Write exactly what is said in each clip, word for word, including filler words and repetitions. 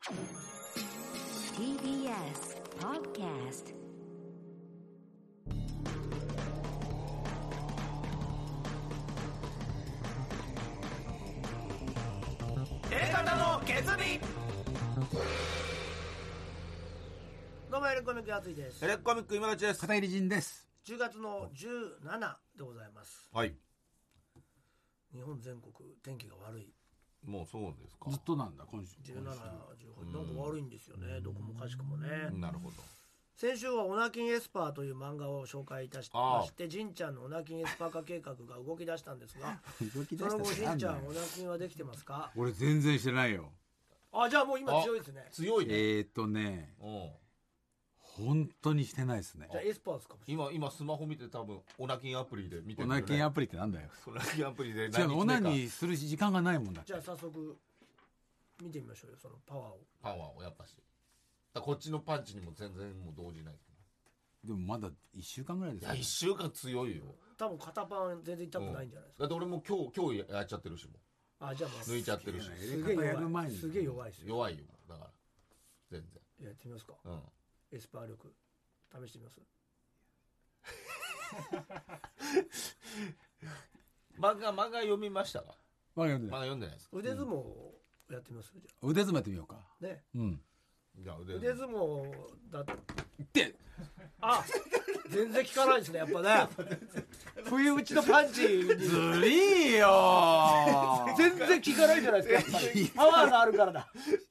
ティービーエス Podcast。 A型の決意。 どうもエレコミックやついです。 エレコミック今立ちです。 片桐仁です。 じゅうがつのじゅうしちでございます。 はい。 日本全国天気が悪い。 もうそうですか。 ずっとなんだ今週。 じゅうしち、じゅうはちなんか悪いんですよね。どこもかしくもね。 なるほど。 先週はオナキンエスパーという漫画を紹介いたしまして、ジンちゃんのオナキンエスパー化計画が動き出したんですが、 動き出したその後ってなんだよジンちゃんオナキンはできてますか？ 俺全然してないよ。 あ、じゃあもう今強いですね。 強いね。 えーっとね、 うん本当にしてないですね。 じゃあエスパーズかもしれない。 今今スマホ見て多分オナキンアプリで見てるオよね。 ナキンアプリってなんだよ。 オナキンアプリで違う何日目かオナニーする時間がないもんだって。 じゃあ早速見てみましょうよ、そのパワーを。 パワーをやっぱし。だこっちのパンチにも全然もう動じない。 でもまだいっしゅうかんぐらいですよ。 いや一週間強いよ。 多分肩パン全然痛くないんじゃないですか。 だって俺も今日今日やっちゃってるしもあ、じゃあもう抜いちゃってるしすげえやる前に弱い。すげえ弱いですよ。 弱いよだから全然。 やってみますか。 うん。 エスパー力試してみます。 漫画漫画読みましたか？ まあ読んでない。 漫画読んでないですか？ 腕相撲をやってみますじゃ腕相撲やってみようか。 あね。 うん。 じゃあ腕腕相撲だってで、 あ全然効かないですねやっぱね。冬打ちのパンチにずりーよー。 全然効かないじゃないですかやっぱり。パワーがあるからだ。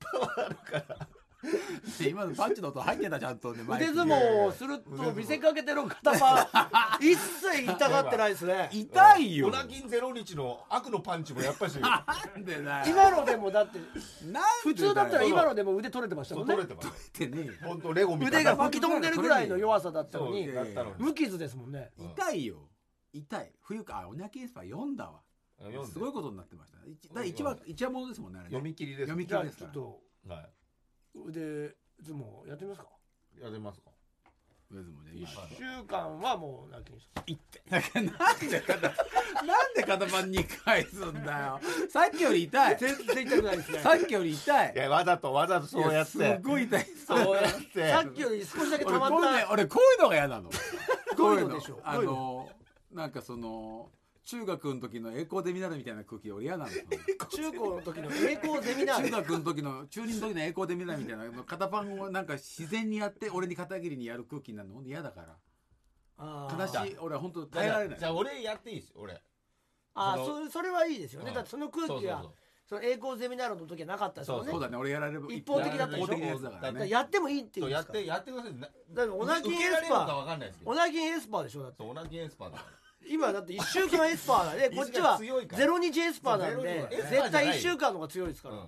今のパンチの音入ってたちゃんとね。マイク腕相撲をすると見せかけてる肩パン一切痛がってないですね。 痛いよ。 オナキンゼロ日の悪のパンチもやっぱしなんでだよ。 今のでもだってなん普通だったら今のでも腕取れてましたもんね。 取れてますってね。 本当レゴみた腕いなが吹き飛んでるぐらいの弱さだったのにそうだったのに無傷ですもんね。 痛いよ。痛い。冬か、あ、オナキエスパー読んだわ。 読んですごいことになってました。一だ一話一話ものですもんね。あれね読み切りです。 読み切じゃありですから。 ちょっとは腕相撲やってみますか。 い。やりますか。 腕相撲で一今。 週間はもう泣きにした。 痛い。なんで肩なんで肩パンにかいすんだよ。さっきより痛い。 全然痛くないですね。 さっきより痛い。 いやわざとわざとそうやって。 いやすごい痛い。 そうやって。 さっきより少しだけ溜まっ俺こういうねた。 俺こういうのが嫌なの。 どういうのでしょう。 あどういうののなんかその中学の時の栄光ゼミナールみたいな空気俺嫌なの。 中高の時の栄光ゼミナール。 中学の時の中二の時の栄光ゼミナールみたいな肩パンをなんか自然にやって俺に片桐にやる空気になるの嫌だから。 あー悲しい。俺は本当耐えられない。 じゃあ俺やっていいですよ俺。 あそのー、そそれはいいですよね。 うんだってその空気はそうその栄光ゼミナールの時はなかったですもんね。 そうだね。俺やられる一方的だったでしょ一方的なやつだからね。 だからやってもいいっていそううんやっですか。 てやってください。なだからオナキンエス受けられるかパわかんないですけー、 ど。 オナキンエスパーでしょだって。 そうオナキンエスパーだから。 今だっていっしゅうかんエスパーだね。こっちは強いからゼロ日エスパーなんそうゼロで日はエスパーじゃない絶対いっしゅうかんの方が強いですから。 うん。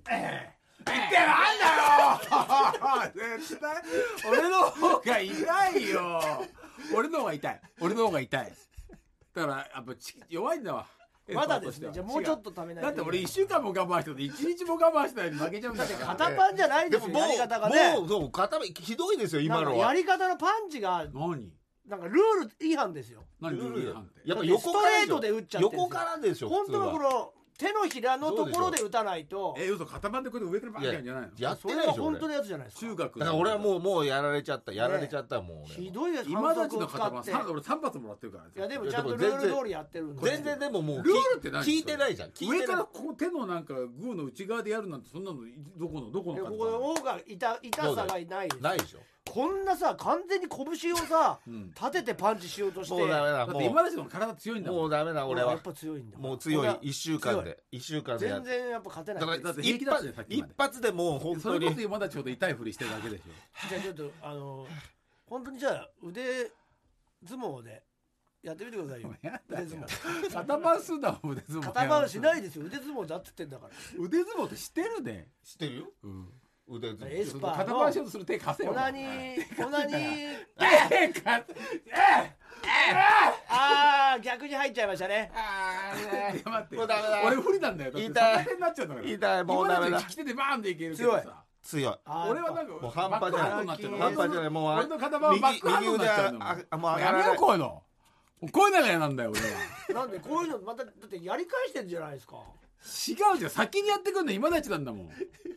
なんだよ絶対俺の方が痛いよ。俺の方が痛い。俺の方が痛い。だからやっぱち弱いんだわ。 まだですね。じゃあもうちょっととためないと。 だって俺いっしゅうかんも我慢してていちにちも我慢したのに負けちゃうんだから。 肩パンじゃないんですよ。 でももやり方がうね。 もうそう肩ひどいですよ今なんのは。 かやり方のパンチが何なんかルール違反ですよ。 何ルール違反って。 やっぱ横からストレートで打っちゃってるんですよ横からでしょ。 本当はこ普通はの手のひらのところで打たないと。 え嘘肩パンでこうやって上からバンってやるんじゃないの。 やってそれないでしょ。俺は本当のやつじゃないですか。 中学だから俺はもうもうやられちゃったやられちゃったもう俺。 ひどいやつ。 今たちの反則を肩パン使ってさん俺さん発もらってるからね。 いやでもちゃんとルール通りやってるんで。 全然でももうルールって何聞いてないじゃん。聞いてない。 上からこう手のなんかグーの内側でやるなんてそんなのどこのどこのでこ肩この方が痛痛さがないです。 ないでしょ。 こんなさ完全に拳をさうん立ててパンチしようとして。 もうダメだ。 だってもう今たちの体強いんだもん。 もうダメだ俺はやっ。ぱ強いんだ。 もう強い俺は一週間で一週間でやっ全然やっぱ勝てない。 だからだって平気だったよさっき一まで発でもう本当にそれこそ今たちほど痛いふりしてるだけでしょ。 じゃあちょっとあの本当にじゃあ腕相撲でやってみてくださいよ。 やだよ腕相撲。 肩パンすんだもん腕相撲。 肩パンしないですよ。腕相撲だって言ってんだから。 腕相撲って知ってるね。 知ってるようん。 腕相撲エスパー肩パンしようとする手貸せよ。 オナニーオナニーえーかあー逆に入っちゃいましたね。 あいや待ってもうダメだ俺不利なんだよ。だって痛い逆転になっちゃうんだから。 痛いもうダメだ今まで利き手でバーンっていけるけどさ。 強いあー俺はなんかもう半端じゃないバックハンドになっちゃうの半端じゃないもう俺の肩パンはバックハンドになっちゃうの。 右右腕あもう上がやめよらないこういうの。こういうのが嫌なんだよ俺は。 なんでこういうのまただってやり返してんじゃないですか。 違うじゃん先にやってくんの今たちなんだもん。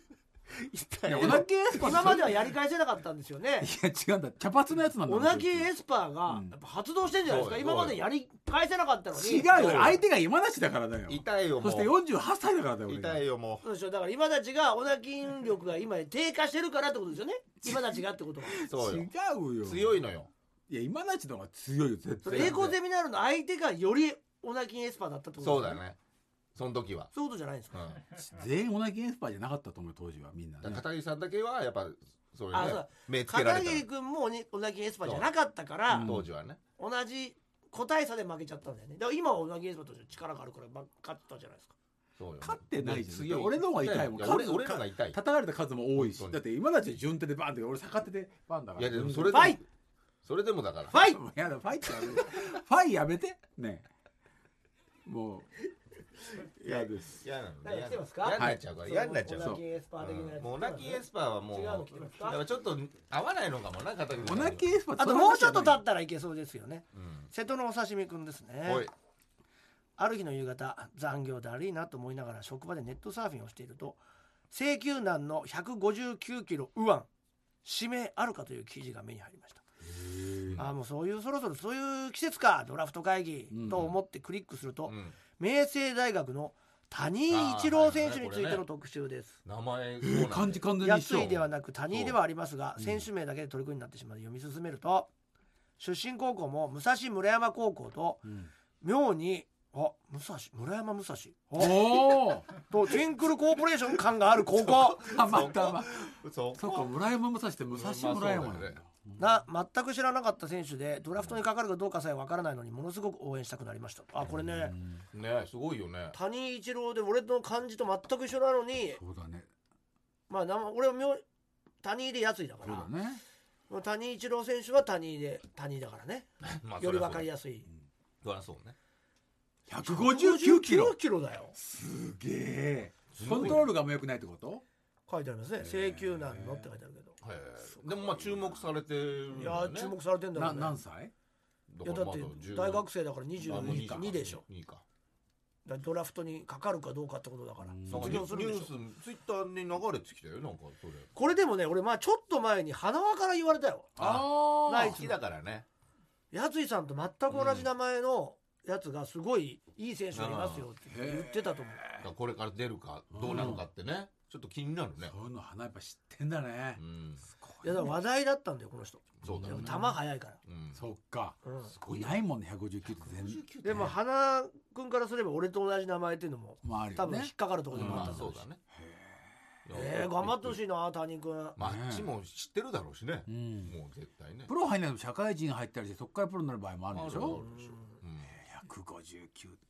痛いいやオナキンエスパー今まではやり返せなかったんですよね。 いや違うんだ、茶髪のやつなんだオナキンエスパーがうんやっぱ発動してんじゃないですか。 そうよ今までやり返せなかったのに。 違うよ、相手が今立ちだからだよ。 痛いよもうそしてよんじゅうはっさいだからだよ俺痛いよもそうでしょ。だから今たちがオナキン力が今低下してるからってことですよね。今たちがってことは。 うそうよ違うよ、 強いのよ。 いや今立ちの方が強いよ絶対。 それ英語ゼミナールの相手がよりオナキンエスパーだったってことですそうだねその時は、 そういうことじゃないんですか。 うん、 全員オナキンエスパーじゃなかったと思う当時はみんな、ね、 だから片桐さんだけはやっぱそれねあそう目つけられた片桐君もオニオナキンエスパーじゃなかったから、 そう当時はね同じ個体差で負けちゃったんだよね。だから今はオナキンエスパーとして力があるからま勝ったじゃないですか。 そうよ勝ってないじゃん強い俺の方が痛いもんや俺俺の方が痛い叩かれた数も多いし、 本当にだって今立ち順手でバンって俺逆手でバンだから。 いやでもそれでもファイそれでもだからファイやだファイってやめてファイやめてねもう嫌です。 嫌なのなんか来てますか嫌になっちゃうから嫌になっちゃうオナキンエスパー的なやつ。 もうオナキンエスパーはもう違うの来てますかやっぱちょっと合わないのかもな片桐さんオナキンエスパーあともうちょっと経たったらいけそうですよね。 うん瀬戸のお刺身くんですね。 おいある日の夕方、残業だるいなと思いながら職場でネットサーフィンをしていると、請求難のひゃくごじゅうきゅうキロ右腕指名あるかという記事が目に入りました。ああもうそういうそろそろそういう季節かドラフト会議と思ってクリックすると、 うん明星大学の谷井一郎選手についての特集です。 名前そうなんだよ漢字完全に一緒。 安いではなく谷井ではありますが、選手名だけで取り組みになってしまい読み進めると、出身高校も武蔵村山高校とうん妙にあ武蔵村山武蔵おおとティンクルコーポレーション感がある高校たまたまそそうか村山武蔵って武蔵村山なんだ、 な全く知らなかった選手でドラフトにかかるかどうかさえわからないのにものすごく応援したくなりました。あこれねねすごいよね谷井一郎で俺の漢字と全く一緒なのにそうだねまあ名前俺は妙谷井でやついだからそうだね谷井一郎選手は谷井で谷井だからねまあより分かりややすいそりゃそうねひゃくごじゅうきゅうキロキロだよ。 すげえコントロールがもう良くないってこと？ 書いてありますね。請求難のって書いてあるけど。 へえでもまあ注目されてるんいだよねや注目されてんだろなうね。 何歳？ いやだって大学生だからにじゅうにでしょ。 にかだからドラフトにかかるかどうかってことだからうん卒なんかニュ業するんでしょ。 ースツイッターに流れてきたよなんかそれこれでもね俺まあちょっと前に花輪から言われたよ。 あナイツ好きだからねやついさんと全く同じ名前のやつがすごいいい選手がいますよって言ってたと思う。 だからこれから出るかどうなのかってねちょっと気になるねそういうの花やっぱ知ってんだねう。んいやだから話題だったんだよこの人。 そうだよね球速いから。 うんそっか。 うんすごいよないもんねひゃくごじゅうきゅうって全然。 でも花君からすれば俺と同じ名前っていうのもまああるよね多分引っ。かかるところでもあまったんだろうしあそうだねえー、頑張ってほしいな谷君。 まああっちも知ってるだろうしねうん。 もう絶対ねプロ入んないと社会人入ったりしてそっからプロになる場合もあるんでしょ？ あるあるでしょうんひゃくごじゅうきゅう。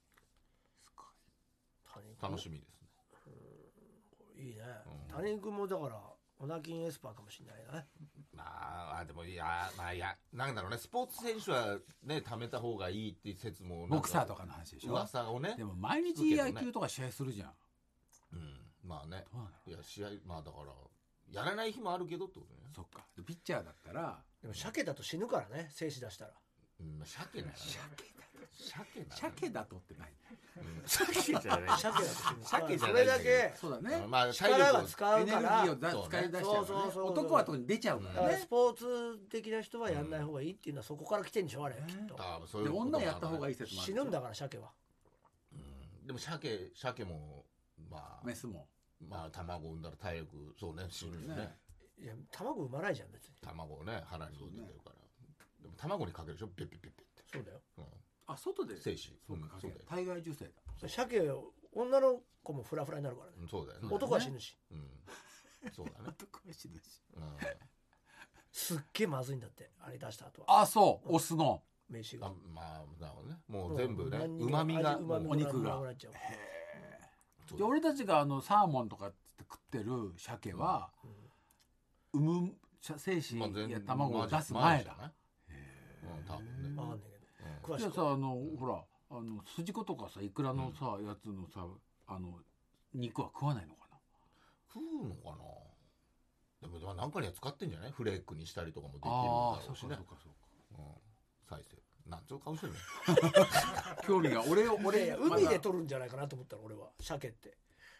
谷君楽しみですねいいね、 うん谷君もだからオナキンエスパーかもしれないね。 まあでもいやまあいやなんだろうねスポーツ選手はね貯めた方がいいっていう説もボクサーとかの話でしょ？ 噂をねでも毎日野球とか試合するじゃん。 うんまあねどうなの？ いや試合まあだからやらない日もあるけどってことねそっか。ピッチャーだったらでも鮭だと死ぬからね精子出したら。 うんまあ鮭なの鮭だ鮭だとってない。 鮭じゃない鮭だと死ぬ。 鮭じゃないそれだけそうだね。 まあ体力力をが使エネルギうからーをだそうね使い出しちゃうそうそうからね。 そう男は特に出ちゃうかだかららねス。ポーツ的な人はやんない方がいいっていうのはそこから来てんでしょあれきっと。 であそういうことも女やった方がいい説もあるでしょ。 死ぬんだから鮭は。 うんでも鮭鮭もまあメスも。 まあ卵産んだら体力そうね死ぬしねねいや卵産まないじゃん別に。 卵をね腹に入れてるからでも卵にかけるでしょペッペッペッペッそうだよ。 うんあ外で。 精子そうか。 うんそうだよ体外受精だ。 鮭女の子もフラフラになるからね。 うんそうだよね男は死ぬし。 うんそうだね男は死ぬし。 うんすっげえまずいんだってあれ出した後はあそうオスの。 飯があ。まあなるほどねもう全部ねもう何にもうまみが味旨味もうお肉がなくなっちゃう。 そうで俺たちがあのサーモンとかって食ってる鮭は産む精子まあ全や卵を出す前だ。 じゃないうん多分ねわかんないけど詳しくじゃあさあのほらあの筋子とかさイクラのさ、やつのさあの肉は食わないのかな。 食うのかなでもまあなんかには使ってんじゃないフレークにしたりとかもできるんだあろあそううしねかそうかそうか。 うん再生なんつう顔してるの興味が俺を俺俺海で取るんじゃないかなと思ったら俺は鮭って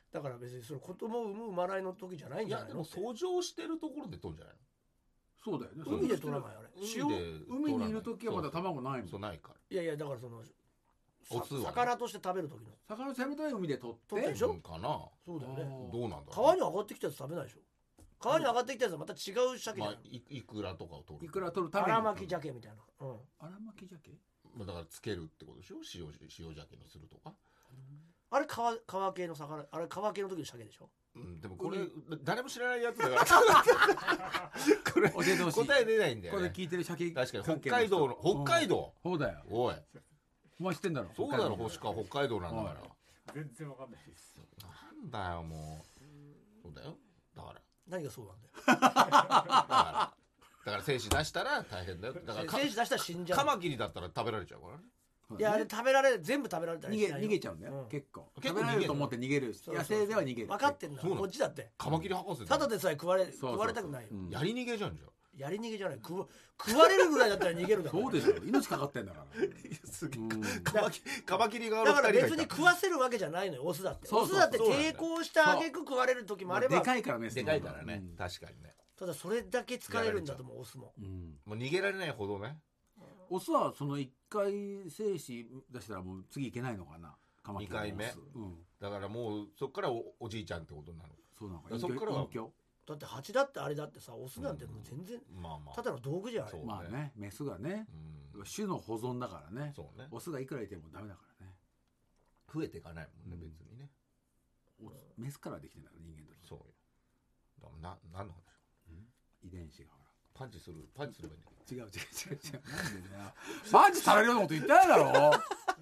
だから別にその子供を産む生まないの時じゃないんいじゃないの。 やでも遡上してるところで取るんじゃないそうだよね。 海で取らないあれ。 塩海にいる時はまだ卵ないもん。 のそうないからいやいやだからそのオスはね魚として食べる時の魚食べたい海で取って取ってるでしょうんかなそうだよね。 どうなんだろう川に上がってきたやつ食べないでしょ。川に上がってきたやつはまた違う鮭じゃまあん。 いいくらとかを取るいくら取るために荒巻き鮭みたいな。うん。 荒巻き鮭まあだからつけるってことでしょ塩塩鮭にするとかあれ川川系の魚あれ川系の時の鮭でしょ。 うんでもこれ誰も知らないやつだからこれ教えてほしい。 答え出ないんだよねこれ聞いてる鮭確かに北海道の北海道そうだよ。 おいお前知ってんだろ。 そうだろ星川北海道なんだから全然わかんないです。 なんだよもうそうだよだから何がそうなんだよ。 だからだから精子出したら大変だよだからか精子出したら死んじゃう。 カマキリだったら食べられちゃうからねいやあれ食べられる全部食べられたら逃げ逃げちゃうんだよ、 うん結構結構逃げる食べられると思って逃げるそうそう野生では逃げる分かってんだそうなのこっちだってカマキリ博士ただでさえ食われそうそうそう食われたくないよ、 うんやり逃げじゃんじゃやり逃げじゃない食わ食われるぐらいだったら逃げるだろそうでしょ命かかってんだからんすげえうんカマキカマキリがだから別に食わせるわけじゃないのよオスだってそうそうオスだってそうなんだよ抵抗した挙句食われる時もあればでかいからねでかいからねうん確かにねただそれだけ疲れるんだと思うオスもうんもう逃げられないほどねオスはそのいっかい精子出したらもう次いけないのかなカマキリのオスにかいめうんだからもうそっからおおじいちゃんってことになるそうなのかだからそっからは隠居だって蜂だってあれだってさオスなんてもう全然まあまあただの道具じゃないそうまあねメスがねうん種の保存だからねそうねオスがいくらいてもダメだからね増えていかないもんねうん別にねオスメスからできてんだから人間としてそうよだからな何の話遺伝子がほパンチするパンチすればいいんだけどら違う違う違う違うなんでだよパンチされるようなこと言ってないだろ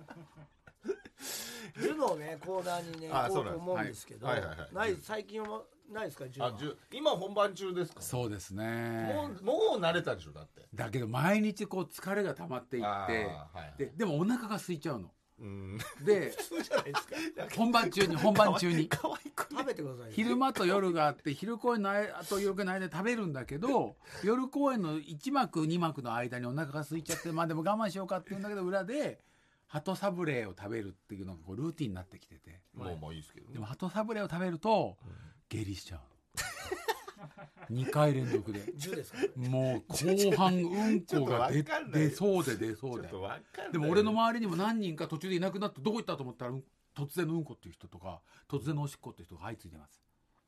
ジュのねコーナーにねあそうなんですこう思うんですけどはいはいはいはいない最近はないですかジュはあじゅ今本番中ですかそうですもねうもう慣れたでしょだってだけど毎日こう疲れが溜まっていってあーはいはいででもお腹が空いちゃうのうんで普通じゃないですか本番中に本番中に可愛く食べてくださいよ昼間と夜があって昼公演の間と夜公演の間で食べるんだけど夜公演のいち幕に幕の間にお腹が空いちゃってまあでも我慢しようかって言うんだけど裏で鳩サブレーを食べるっていうのがこうルーティンになってきててもうまあいいですけどねでも鳩サブレーを食べると下痢しちゃうのにかい連続でジュですかもう後半うんこが出ちょっとわかんない出そうで出そうでちょっとわかんないでも俺の周りにも何人か途中でいなくなってどこ行ったと思ったらうん突然のうんこっていう人とか突然のおしっこっていう人が相次いでます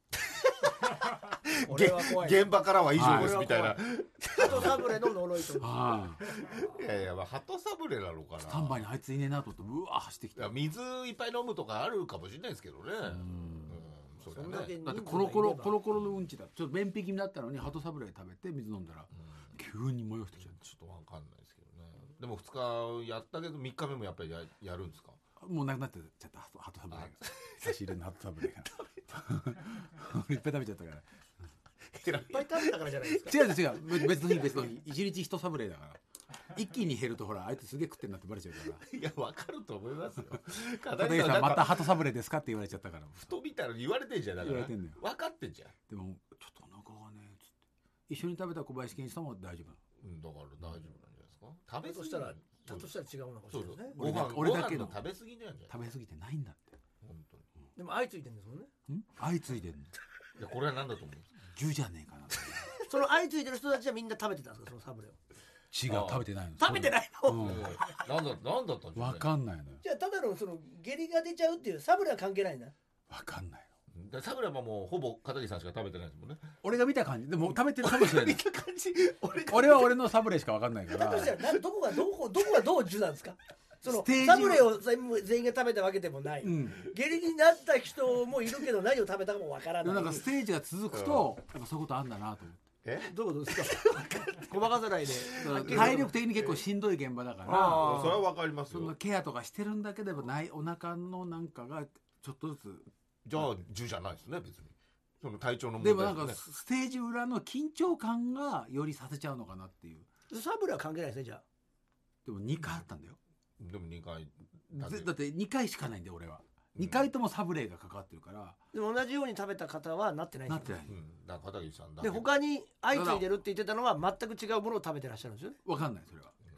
俺は怖い現場からは以上ですはいみたいなハトサブレの呪いとはいやいやまあ鳩サブレなのかなスタンバイにあいついねえなと思ってうわー走ってきていや水いっぱい飲むとかあるかもしれないですけどねうんそそんだけれはねだってコロコロコロコロのうんちだちょっと便秘気味だったのに鳩サブレー食べて水飲んだら急に催してきちゃっちょっとわかんないですけどねでもふつかやったけどみっかめもやっぱりややるんですかたもうなくなってちゃった鳩鳩サブレーが差し入れの鳩サブレーがいっぱい食べちゃったからいっぱい食べたからじゃないですか違う違う違う別の日別の日一日一サブレーだから一気に減るとほらあいつすげえ食ってんなってバレちゃうからいやわかると思いますよ片桐さんまた鳩サブレーですかって言われちゃったからふと見たら言われてんじゃんだから言われてんのよ分かってんじゃんでもちょっとお腹がねつって一緒に食べた小林健一さんも大丈夫うんだから大丈夫なんじゃないですか食べ過ぎだとしたらだとしたら違うのかもしそうそうれないですねご飯俺だけのご飯食べ過ぎなんじゃない食べ過ぎてないんだって本当にでも相次いでんですもんねん相次いでんのいやこれは何だと思うんですか牛じゃねえかなその相次いでる人たちはみんな食べてたんですかそのサブレを違うああ食べてないの食べてないの、 うんええなんだなんだったんでしょうわねかんないのよじゃあただのその下痢が出ちゃうっていうサブレは関係ないなわかんないので桜はもうほぼ片桐さんしか食べてないですもんね俺が見た感じでも食べてるかもしれないた感じ俺俺は俺のサブレーしかわかんないからだとしたらなどこがどこどこがどう樹なんですかそのステージサブレを全部全員が食べたわけでもない、 うん下痢になった人もいるけど何を食べたかもわからないでもなんかステージが続くとやっぱそういうことあんだなと思ってえどういうことですかごまかさないではっきり体力的に結構しんどい現場だからあーそれはわかりますそのよケアとかしてるんだけどやっぱないお腹のなんかがちょっとずつじゃあじゅじゃないですね別にその体調の問で題もなんかステージ裏の緊張感がよりさせちゃうのかなっていうサブレは関係ないですねじゃあでもにかいあったんだよでもにかいだけぜだってにかいしかないんだよ俺はにかいともサブレーが関わってるからでも同じように食べた方はなってないんですよなってないうんだから片桐さんだけで他に相次いでるって言ってたのは全く違うものを食べてらっしゃるんですよねわかんないそれは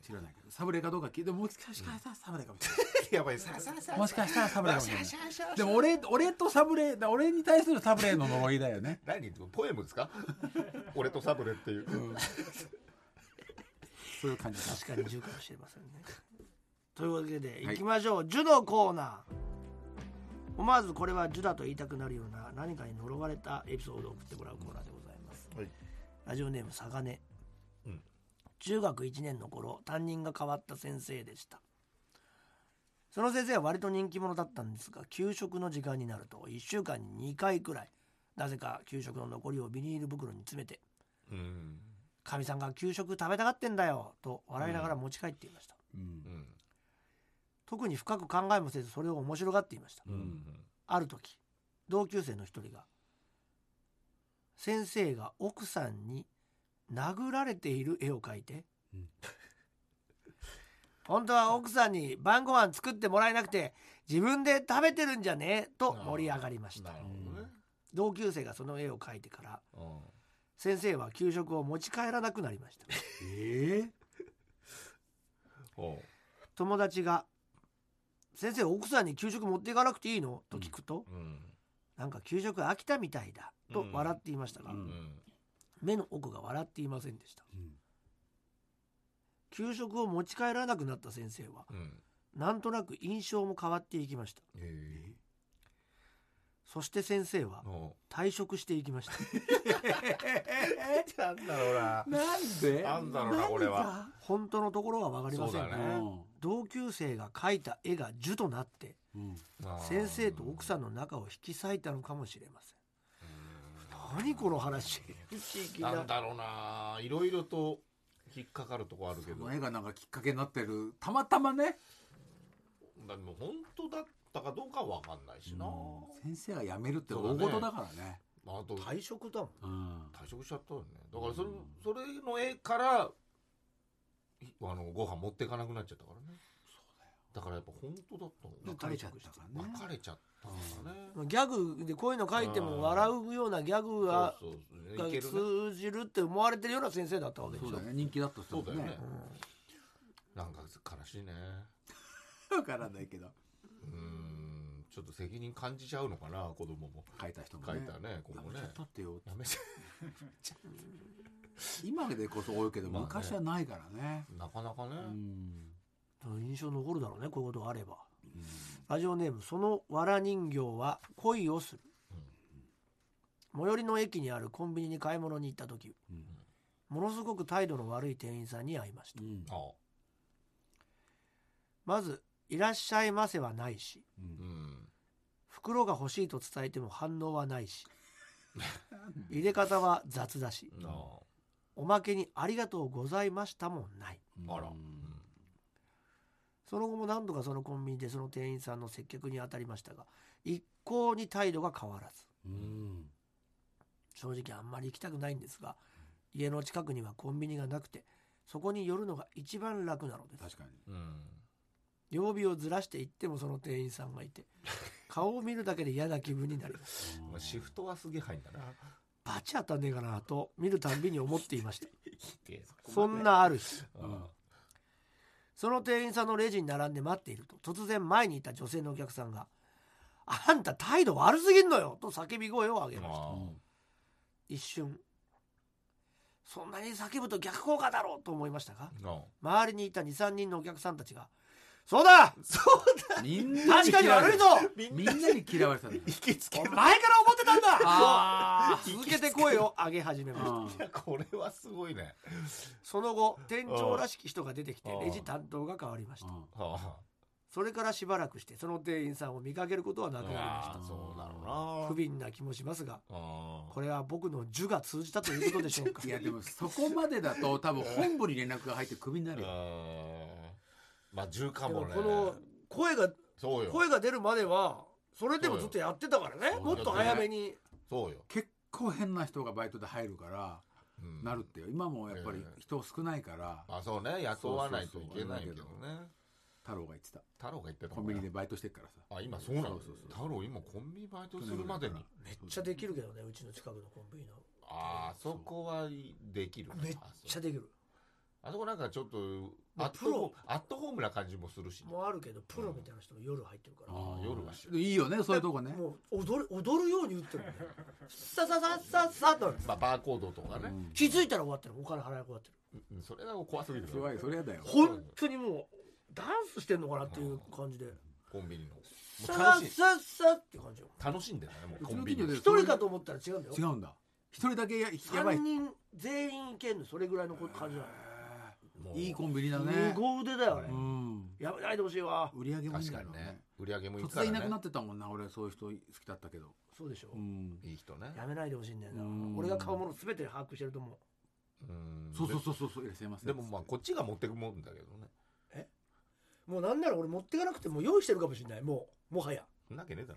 知らないけどサブレーかどうか聞いてももしかしたらサブレーかもしれないやばい、さささもしかしたらサブレーかもしれないシャシャシャシャでも俺俺とサブレーだ俺に対するサブレーの呪いだよね何ポエムですか俺とサブレっていう、うん、 そういう感じだ確かにじゅうかもしれませんねというわけでいきましょう、はい、ジュのコーナー。思わずこれはジュだと言いたくなるような何かに呪われたエピソードを送ってもらうコーナーでございます、はい、ラジオネームさがね、うん、中学いちねんの頃担任が変わった先生でした。その先生は割と人気者だったんですが、給食の時間になるといっしゅうかんににかいくらいなぜか給食の残りをビニール袋に詰めて、うんかみさんが給食食べたがってんだよと笑いながら持ち帰っていました、うんうん、特に深く考えもせずそれを面白がっていました、うん、ある時同級生の一人が先生が奥さんに殴られている絵を描いて、うん、本当は奥さんに晩ご飯作ってもらえなくて自分で食べてるんじゃねと盛り上がりました。同級生がその絵を描いてから先生は給食を持ち帰らなくなりました。えー、友達が先生奥さんに給食持っていかなくていいのと聞くと、うんうん、なんか給食飽きたみたいだと笑っていましたが、うんうん、目の奥が笑っていませんでした、うん、給食を持ち帰らなくなった先生は、うん、なんとなく印象も変わっていきました。えーそして先生は退職していきました。 なんだろうな。 なんで？ なんだろうなこれは。 本当のところは分かりませんが、ね、同級生が描いた絵が樹となって、うん、先生と奥さんの仲を引き裂いたのかもしれません。何この話。 なんだろうな。いろいろと引っかかるとこあるけど。 その絵がなんかきっかけになってる。たまたまね。 だも本当だったかどうかは分かんないしな、 うん、先生が辞めるって大事だからね。 あと退職だもん、うん、 退職しちゃったよね。だからそれ、うん、それの絵からあのご飯持っていかなくなっちゃったからね。そうだよ。だからやっぱ本当だったの。 別れちゃったからね。 別れちゃったからね、 うん、ギャグでこういうの書いても笑うようなギャグが通じるって思われてるような先生だったわけでしょ。 そうだね、人気だった人そうだよね、うん、なんか悲しいね。 分からないけど、 うーんちょっと責任感じちゃうのかな、子供も。 書いた人もね。書いたね、今後ね。 やめちゃったってよ。 やめちゃ今でこそ多いけど、まあね、昔はないからね。 なかなかね。 うん印象残るだろうね、こういうことがあれば。うんラジオネームそのわら人形は恋をする、うん、最寄りの駅にあるコンビニに買い物に行った時、うん、ものすごく態度の悪い店員さんに会いました、うん、まずいらっしゃいませはないし、うん、袋が欲しいと伝えても反応はないし入れ方は雑だし、うん、おまけにありがとうございましたもない、うん、あらその後も何度かそのコンビニでその店員さんの接客に当たりましたが一向に態度が変わらず、うん、正直あんまり行きたくないんですが家の近くにはコンビニがなくてそこに寄るのが一番楽なのです。 確かに、うん、 曜日をずらして行ってもその店員さんがいて顔を見るだけで嫌な気分になります。 シフトはすげえ入んだな。 バチ当たんねえかなと見るたんびに思っていましたそんなある日、うんその店員さんのレジに並んで待っていると突然前にいた女性のお客さんがあんた態度悪すぎんのよと叫び声を上げました。一瞬そんなに叫ぶと逆効果だろうと思いましたが周りにいた にさんにんのお客さんたちがそうだそうだみんな確かに悪いぞみんなに嫌われたんだ行きつけ前から思ってたんだあ続けて声を上げ始めました。 いやこれはすごいね。 その後店長らしき人が出てきてレジ担当が変わりました。それからしばらくしてその店員さんを見かけることはなくなりました。 そうだろうな。 不憫な気もしますがこれは僕の呪が通じたということでしょうか。 いやでもそこまでだと多分本部に連絡が入ってクビになるよ。 まあじゅうかもね。 この声がそうよ声が出るまではそれでもずっとやってたからね。もっと早めに。 そうよ。 結構変な人がバイトで入るから、うん、なるってよ。今もやっぱり人少ないから、 あそうね雇わないといけないけどね。 太郎が言ってた。 太郎が言ってた。 コンビニでバイトしてるからさ。 あ今そうなの。太郎今コンビニバイトするまでにめっちゃできるけどね。うちの近くのコンビニの。 あそこはできる。 めっちゃできる。 あそこなんかちょっとまあアットホームアットホームな感じもするし、 もうあるけどプロみたいな人も夜入ってるから、 あー夜はしいいよねそういうとこね。 もう踊る踊るように打ってるもんねさささささとまあ、バーコードとかね、 うん気づいたら終わってる、お金払い終わってる。 うん、それが怖すぎるよ怖いそれやだよ。 本当にもうダンスしてんのかなっていう感じで、 コンビニのもうさ楽しいささって感じよ。 楽しんでるねもううちコンビニの近所で一人かと思ったら違うんだよ。 違うんだ。一人だけややばい三。人全員いけんの、それぐらいの感じだよ。 もういいコンビニだね。 すご腕だよあれ、 うん。 やめないでほしいわ。 売り上げもいいん確かにねだろうね。 売り上げもいい突からね然いなくなってたもんな。俺そういう人好きだったけど。 そうでしょ、 うん。 いい人ねやめないでほしいんだよな。 うん俺が買うもの全て把握してると思う。 うんそうそうそうそうそういらっしゃいませ。 でもまあこっちが持ってくもんだけどねもうなんなら俺持ってかなくても用意してるかもしれない。もうもはやそんなわけねえだ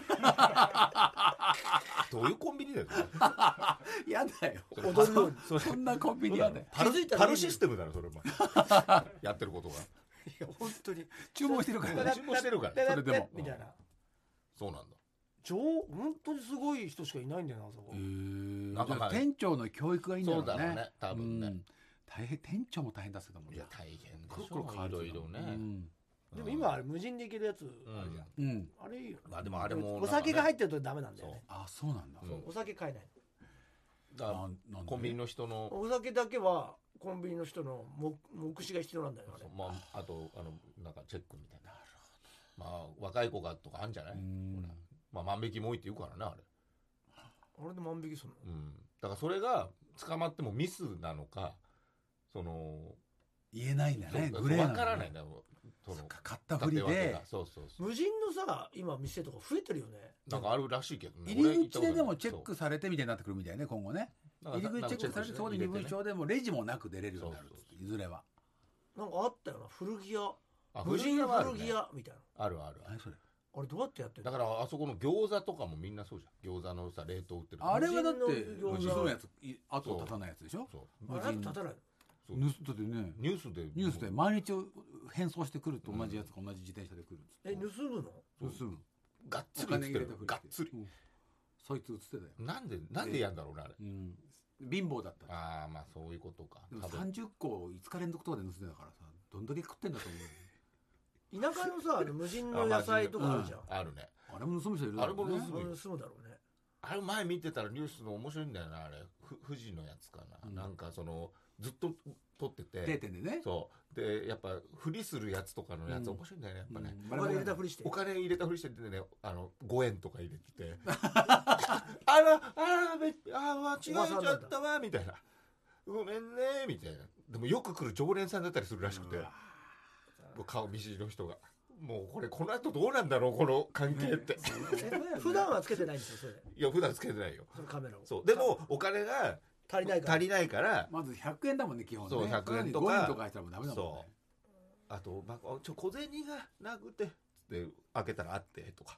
ろどういうコンビニだよやだよ。 それ踊るようにそれそんなコンビニやだよ。 パル気づいたらパルシステムだろそれお前やってることがいや本当に注文してるからね。 注文してるからそれでもみたいな、 そうなんだ超本当にすごい人しかいないんだよなあそこ、 へーなんかまあじゃあ店長の教育がいいんだろうね。 そうだろうね多分ねうん大変店長も大変だったと思う。 いや大変でコロしょいコロ変わるろいろね、 うんでも今あれ無人で行けるやつあるじゃん、 うん。 あれいいよ。 まあでもあれもお酒が入っってるとダメなんだよね。 あそうなんだ。 うんお酒買えない。 だからあなんでコンビニの人のお酒だけはコンビニの人の目目視が必要なんだよあれ。 まああとあのなんかチェックみたいなまあ若い子がとかあるんじゃないうんまあ万引きも多いって言うからねあれあれで万引きするの。 うんだからそれが捕まってもミスなのかその言えないんだね。 そうグレーなんだねわからないんだよその買ったふりで買ってわけがそうそうそう無人のさ今店とか増えてるよね。 なんかあるらしいけどね入り口ででもチェックされてみたいになってくるみたいね今後ね。 そう入り口チェックされてそこで身分証でもレジもなく出れるようになるっつっていずれは。 なんかあったよな古着屋あ無人はあるね古着屋みたいな。 あるあるある何それ。 あれどうやってやってんの。 だからあそこの餃子とかもみんなそうじゃん餃子のさ冷凍売ってるあれはだって無人の無人のやつい後立たないやつでしょ。 そうあれ立たないの。 そうニュースだってねニュースでニュースで毎日変装してくると同じやつが同じ自転車で来るっつって。 え盗むの。 盗む。 がっつお金り映ってる入れたふりがっつりうんそいつ映ってたよ。 なんでなんでやんだろうねあれうん。貧乏だった。 ああまあそういうことかでも多分さんじゅっこをいつか連続とかで盗んでたからさどんだけ食ってんだと思うよ。 田舎のさあの無人の野菜とかあるじゃん。 あるねあれも盗む人いるだろうね。 あれも盗むあれ盗むだろうね。 あれ前見てたらニュースの面白いんだよなあれふ富士のやつかな、 うんなんかそのずっと撮ってて定点でね。 そうでやっぱふりするやつとかのやつうん面白いんだよねやっぱね、 お金入れたふりしてお。金入れたふりしててねあのごえんとか入れててあらあらめあ間違えちゃったわみたいなごめんねみたいなでもよく来る常連さんだったりするらしくて、 うわもう顔見知りの人がもうこれこの後どうなんだろうこの関係って、 え普段はつけてないんですよそれ。 いや普段つけてないよそのカメラを。 そうでもお金が足りないから。 足りないからまずひゃくえんだもんね基本ね。 そうひゃくえんとかごえんとかしたらもうダメだもんね。 あと、まあ、ちょ小銭がなくてつって開けたらあってとか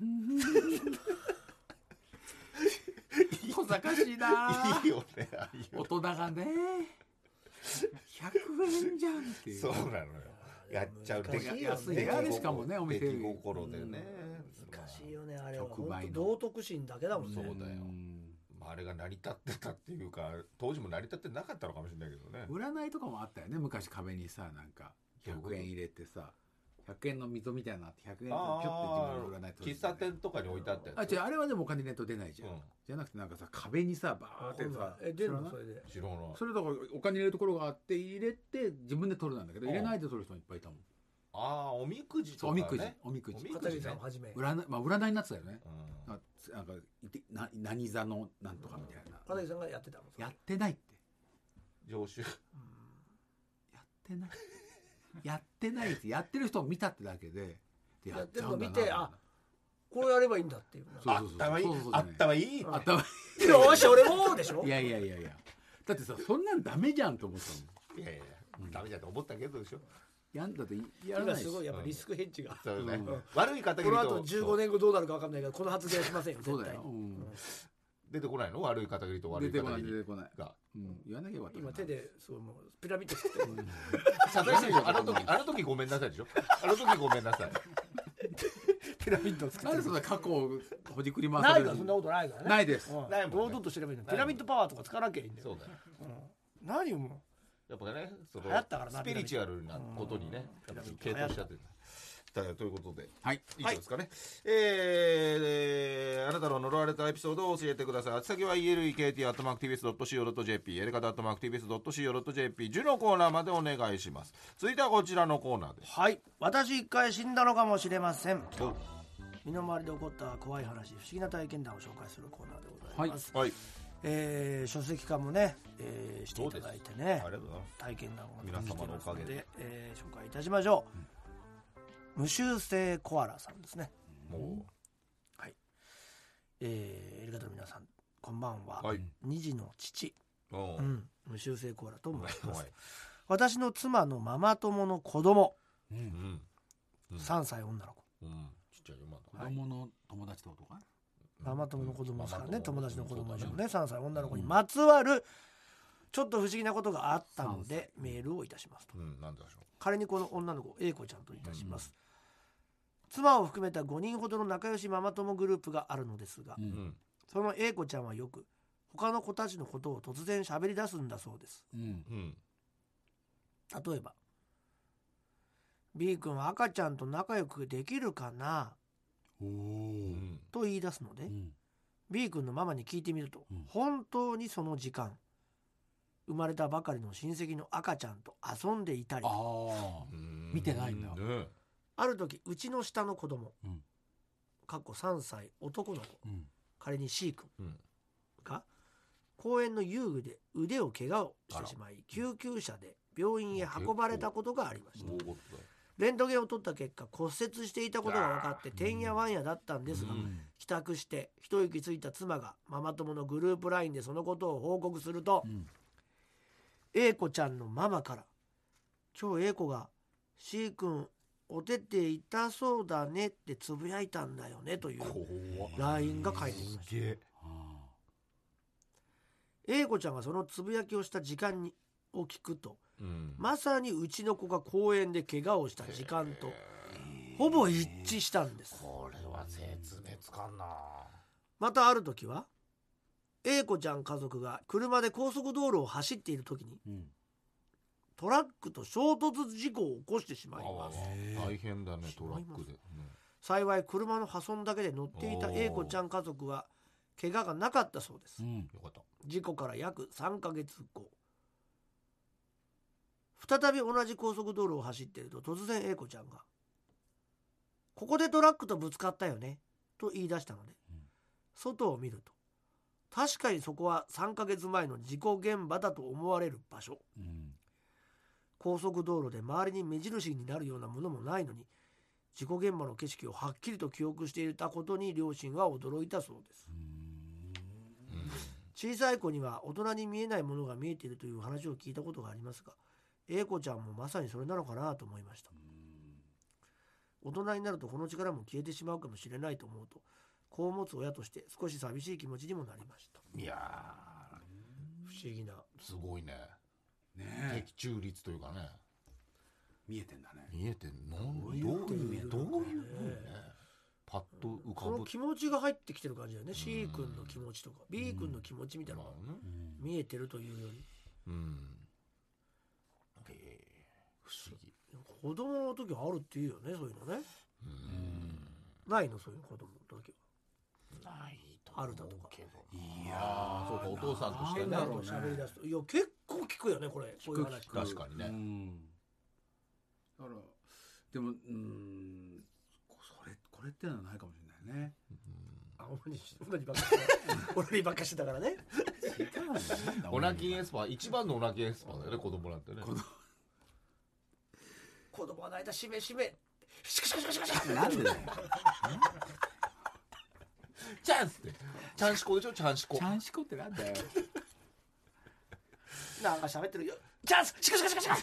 小賢しいないいよねああいう大人がねひゃくえんじゃんっていう。 そうなのよやっちゃう難しいよね安いねあれしかもねお店出来心でね、 難しいよねあれは。 直売の本当道徳心だけだもんね。 そうだよんまあ、あれが成り立ってたっていうか当時も成り立ってなかったのかもしれないけどね占いとかもあったよね昔壁にさなんかひゃくえん入れてさひゃくえんの溝みたいなのあってひゃくえんピョって自分の占い取る喫茶店とかに置いてあったやつあ違うあれはでもお金入れないと出ないじゃん、 うんじゃなくてなんかさ壁にさバーってさえ出るの知らないそれで。 知らないそれだからお金入れるところがあって入れて自分で取るなんだけどうん入れないで取る人もいっぱいいたもん。 ああおみくじとか、ね、 そうおみくじおみくじおみく片桐さんをはじめ。 占いまあ占いになってたよね。 うんなんかなんかいてな何座のなんとかみたいな。 片桐さんがやってたの。 やってないって常習やってないやってないってやってる人を見たってだけででやってるちゃうんだなの見てあこうやればいいんだっていう。 そうあったはいいそうそうそうあったはいいうんあったわよし俺もでしょ。 いやいやいやいやだってさそんなんダメじゃんと思ったもん。 いやいやダメだと思ったけどでしょやんだってやらないし今すごいやっぱリスクヘッジが。 そうね、 うん悪い方このと後じゅうごねんごどうなるか分かんないけどこの発言はしませんよ絶対そうだよ、うん出てこないの悪い片桐と悪い出てこない片桐出てこない、 がうん、言わなきゃよかったかな今手でそうもうピラミッド作ってる。 謝罪してるでしょあの時あの時ごめんなさいでしょあの時ごめんなさいピラミッド作なんでそんな過去をほじくり回ないされるからそんなことないからね。 ないですうんないもんね堂々としてればいいの。ピラミッドパワーとか使わなきゃいいんだよ。 そうだようん何よもやっぱねその流行ったからなスピリチュアルなことにねうんやっぱ傾倒しちゃってるだということではい以上ですかね、えー、あなたの呪われたエピソードを教えてください。宛先は イーエルイーケーティー アットマーク ティービーエス ドット シーオー ドット ジェーピー エレカタ アットマーク ティービーエス ドット シーオー ドット ジェーピー じゅうのコーナーまでお願いします。続いてはこちらのコーナーです。 はい私一回死んだのかもしれません。身の回りで起こった怖い話不思議な体験談を紹介するコーナーでございます、 はい、 えー書籍化もね、えーしていただいてねありがとうございます。 体験談を皆様のおかげで、 えー紹介いたしましょう、うん無修正コアラさんですね。 もはい。えー、エレガタの皆さんこんばんは。 はい二児の父、 う、うんうん、無修正コアラと申します。 はい私の妻のママ友の子供、 うんうんうんさんさい女の子。 うん、ちっちゃいよま子だ、 供の友達ってことかママ友の子供ですからね、 うん友達の子供以上そうね、さんさい女の子にまつわるちょっと不思議なことがあったのでさんメールをいたしますと。 うん、なんでしょ仮にこの女の子 A 子ちゃんといたします、妻を含めたごにんほどの仲良しママ友グループがあるのですが、 うう、うんん、 その A 子ちゃんはよく他の子たちのことを突然喋り出すんだそうです。 うんうん例えば B 君は赤ちゃんと仲良くできるかなおおうんと言い出すので、 うん B 君のママに聞いてみると、 うん本当にその時間生まれたばかりの親戚の赤ちゃんと遊んでいたり、 ああうん見てないんだねある時うちの下の子供、 うんかっこさんさい男の子、 うん仮に C 君うんが公園の遊具で腕を怪我をしてしまい救急車で病院へ運ばれたことがありました。 大事だよレントゲンを取った結果骨折していたことが分かっててんやわんやだったんですが、 うん帰宅して一息ついた妻がママ友のグループ ライン でそのことを報告すると、 うん A 子ちゃんのママから今日 A 子が C 君お手手痛そうだねってつぶやいたんだよねという怖っライン が返ってきました。 すげえあ A 子ちゃんがそのつぶやきをした時間にを聞くとうんまさにうちの子が公園で怪我をした時間とほぼ一致したんです。 これは説明つかんなまたある時は A 子ちゃん家族が車で高速道路を走っている時にーうんトラックと衝突事故を起こしてしまいます。 へー大変だねトラックで、 幸い車の破損だけで乗っていた A 子ちゃん家族は怪我がなかったそうですう。んよかった事故から約さんかげつご再び同じ高速道路を走っていると突然 A 子ちゃんがここでトラックとぶつかったよねと言い出したので、 うん外を見ると確かにそこはさんかげつまえの事故現場だと思われる場所。 うん高速道路で周りに目印になるようなものもないのに事故現場の景色をはっきりと記憶していたことに両親は驚いたそうです。小さい子には大人に見えないものが見えているという話を聞いたことがありますが A 子ちゃんもまさにそれなのかなと思いました。大人になるとこの力も消えてしまうかもしれないと思うと子を持つ親として少し寂しい気持ちにもなりました。 いや不思議なーすごいねねえ的中率というかね見えてんだね見えてんのどうういうこと見えるどういうのかねふうにねパッと浮かぶその気持ちが入ってきてる感じだよね。 C 君の気持ちとか B 君の気持ちみたいなのがまあね見えてるというよりうんえー不思議子供の時はあるっていうよねそういうのね。 うんないのそういう子供の時ないとあるだとか思うけどいやあーそうかお父さんとしてねは。 なんだろうね喋り出すといや結構聞くよねこれこういう話。 聞く確かにねうんだからでもうんそれこれってのはないかもしれないねあ同じ同じばっかして同じばっかしてたからね。 違うんだよオナキンエスパー一番のオナキンエスパーだよね子供なんてね子供子供は泣いたしめしめシクシクシクシクシクなんでだよチャンスってチャンシコでしょチャンシコチャンシコってなんだよなんか喋ってるよチャンスシクシクシクシク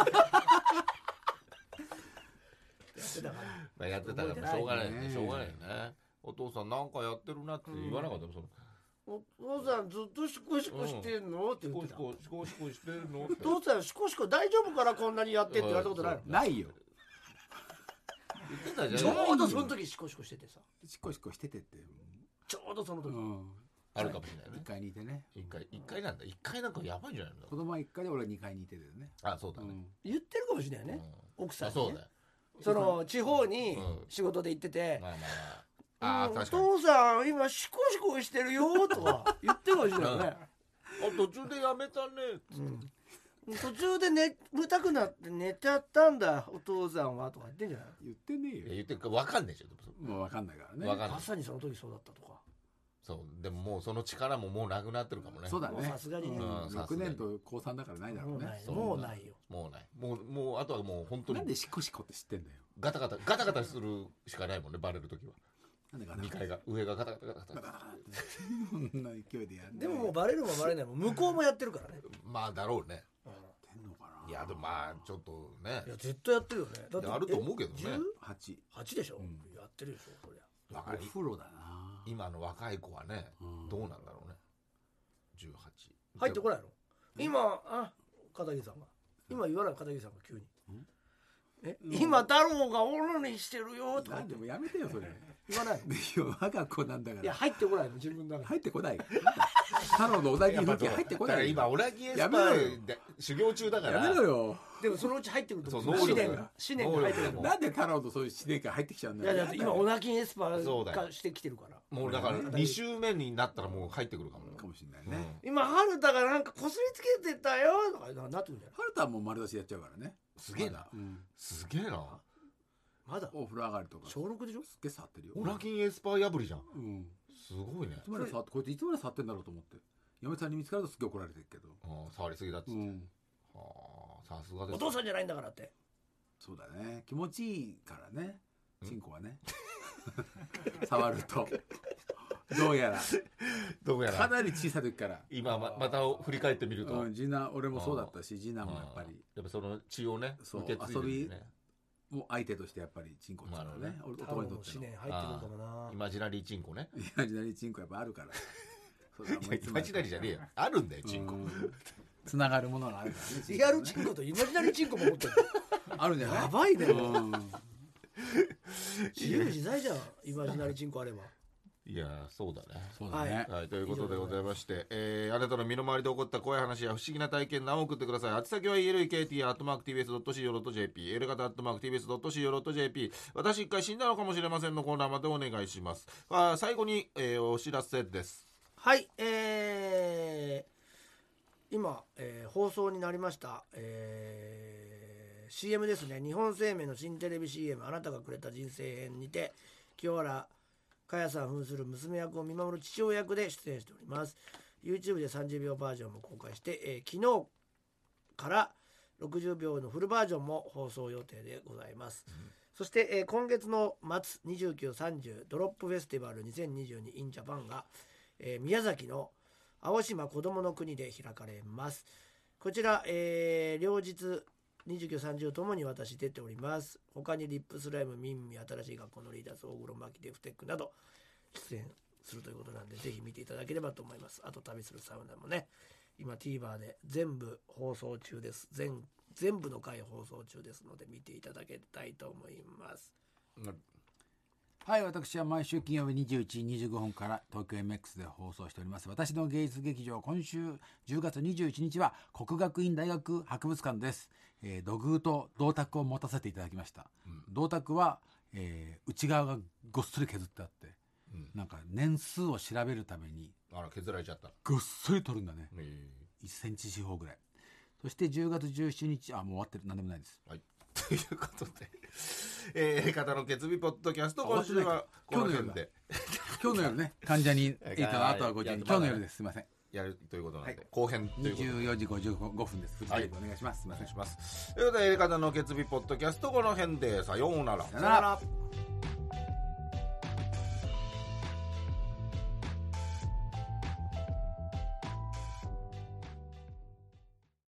やってたからまあやってたからしょうがないよねねしょうがないよねお父さんなんかやってるなって言わなかったのそのお父さんずっとシコシコしてんのってシコシ言ってた。 コシコシコしてるのってお父さんシコシコ大丈夫からこんなにやってって言われたことないの。 ないよ言ってたじちゃんょうどその時シコシコしててさシコシコしててってちょうどその時、 うんあるかもしれないね一階にいてね一回一回なんだ一回なんかやばいんじゃないの子供は一階で俺は二階にいてるよねあそうだね、 言ってるかもしれないよね、 うん、 奥さんに、ね、 あそうだよその地方にうん仕事で行ってて、 まあまあまああうん、おー確かに父さん今シコシコしてるよとか言ってるかもしれないよね、 あ途中でやめたねうん、途中で寝たくなって寝ちゃったんだお父さんはとか言ってんじゃない言ってねえよ。 いや言ってるか分かんないじゃんもう分かんないからね。 分かんないまさにその時そうだったとかそうでももうその力ももうなくなってるかもねそうだね。 もうさすがにねうんうんさろくねんと高さんだからないだろうねもうない。 そうもうないよもうないもうもうあとはもう本当になんでシコシコって知ってんだよ。 ガタガタガタガタするしかないもんねバレる時はなんでかにかいが上がガタガタガタガタそんな勢いでやる。 でももうバレるもバレないも向こうもやってるからね、 まあだろうねうんてんのかな。 いやでもまあちょっとねいや絶対やってるよねだってやると思うけどねえじゅうはち。 はちでしょ、 うんやってるでしょそりゃ若いお風呂だな。 今の若い子はねうんどうなんだろうねじゅうはち入ってこないの今あ片桐さんが今言わない片桐さんが急にえ今太郎がオナニーしてるよとか言ってなんでもやめてよそれ。 言わないのいや我が子なんだかいやら。 入ってこないの自分の中に入ってこない。太郎の小田切風景入ってこだからない。 今オラギエスパやめろよーで修行中だからやめろよ。 でもそのうち入ってくるとそう思う思能力が念が思念が入ってくる能力がもんなんで太郎とそういう視点が入ってきちゃうんいだよ。 やだって今オナキンエスパそうだよー化してきてるからもうだからに週目になったらもう入ってくるかもかもしれないね。 今春田がなんかこすりつけてたよとかなってくるんじゃない春田はもう丸出しやっちゃうからね。 すげえなうん。 すげえなまだお風呂上がりとか。 小ろくでしょすっげえ触ってるよ。 オラキンエスパー破りじゃんうん。 すごいねいつまで触ってこいついつまで触ってんだろうと思って。嫁さんに見つかるとすっげえ怒られてるけど。 あー触りすぎだっつって、 うん。 はあさすがですお父さんじゃないんだからってそうだね。気持ちいいからね。チンコはね。触ると。どうやら。 どうやからなり小さい時から。 今ままた振り返ってみると、 うん、次男俺もそうだったし次男もやっぱりやっぱその血をねそう受け継いでるんでねもう相手としてやっぱりチンコっていうのはね太男郎の思にとっての念入ってくるかもなイマジナリーチンコねイマジナリーチンコやっぱあるからそうだもういつまでイマジナリーじゃねえよあるんだよチンコつながるものがあるからねリアルチンコとイマジナリーチンコも持ってるあるんじゃないやばいねうん自由自在じゃんイマジナリーチンコあればいやそうだねそうだねはい、ということでございまして、えー、あなたの身の回りで起こった怖い話や不思議な体験談を送ってください。宛先は エルケーティー アットマーク ティービーエス ドット シーオー ドット ジェーピー エル 型 アットマーク ティービーエス ドット シーオー ドット ジェーピー 私一回死んだのかもしれませんのコーナーまでお願いします。あ最後に、えー、お知らせです。 はいえー、今、えー放送になりました、えー、シーエム ですね。日本生命の新テレビ シーエム あなたがくれた人生編にて清原かやさん扮する娘役を見守る父親役で出演しております。 YouTube でさんじゅうびょうバージョンも公開して、えー、昨日からろくじゅうびょうのフルバージョンも放送予定でございます、うん、そして、えー、今月の末にじゅうく、さんじゅうドロップフェスティバルにせんにじゅうに in ジャパンが、えー、宮崎の青島こどもの国で開かれます。こちら、えー、両日にじゅうく、さんじゅうともに私出ております。他にリップスライム、ミンミ、新しい学校のリーダーズ、大黒摩季、デフテックなど出演するということなんで、ぜひ見ていただければと思います。あと旅するサウナもね、今 TVer で全部放送中です。全全部の回放送中ですので見ていただきたいと思います。 はい、私は毎週金曜日にじゅういちじにじゅうごふんから東京 エムエックス で放送しております私の芸術劇場、今週じゅうがつにじゅういちにちは国学院大学博物館です。えー、土偶と銅鐸を持たせていただきました、うん、銅鐸は、えー、内側がごっそり削ってあって、うん、なんか年数を調べるためにあら削られちゃったごっそり取るんだね、 えー、いっセンチ四方ぐらい。そしてじゅうがつじゅうしちにちあもう終わってる、何でもないです、 はいということで、えー、片の決日ポッドキャスト今週はこの辺で今日の夜ね患者にいたのあとはごじゅうに今日の夜です。すいませんやるということなんで、 はい、 後編ということでにじゅうよじごじゅうごふんです。 はい、 お願いします。 お願いします。ということで、片の決日ポッドキャストこの辺でさようなら。 さよなら。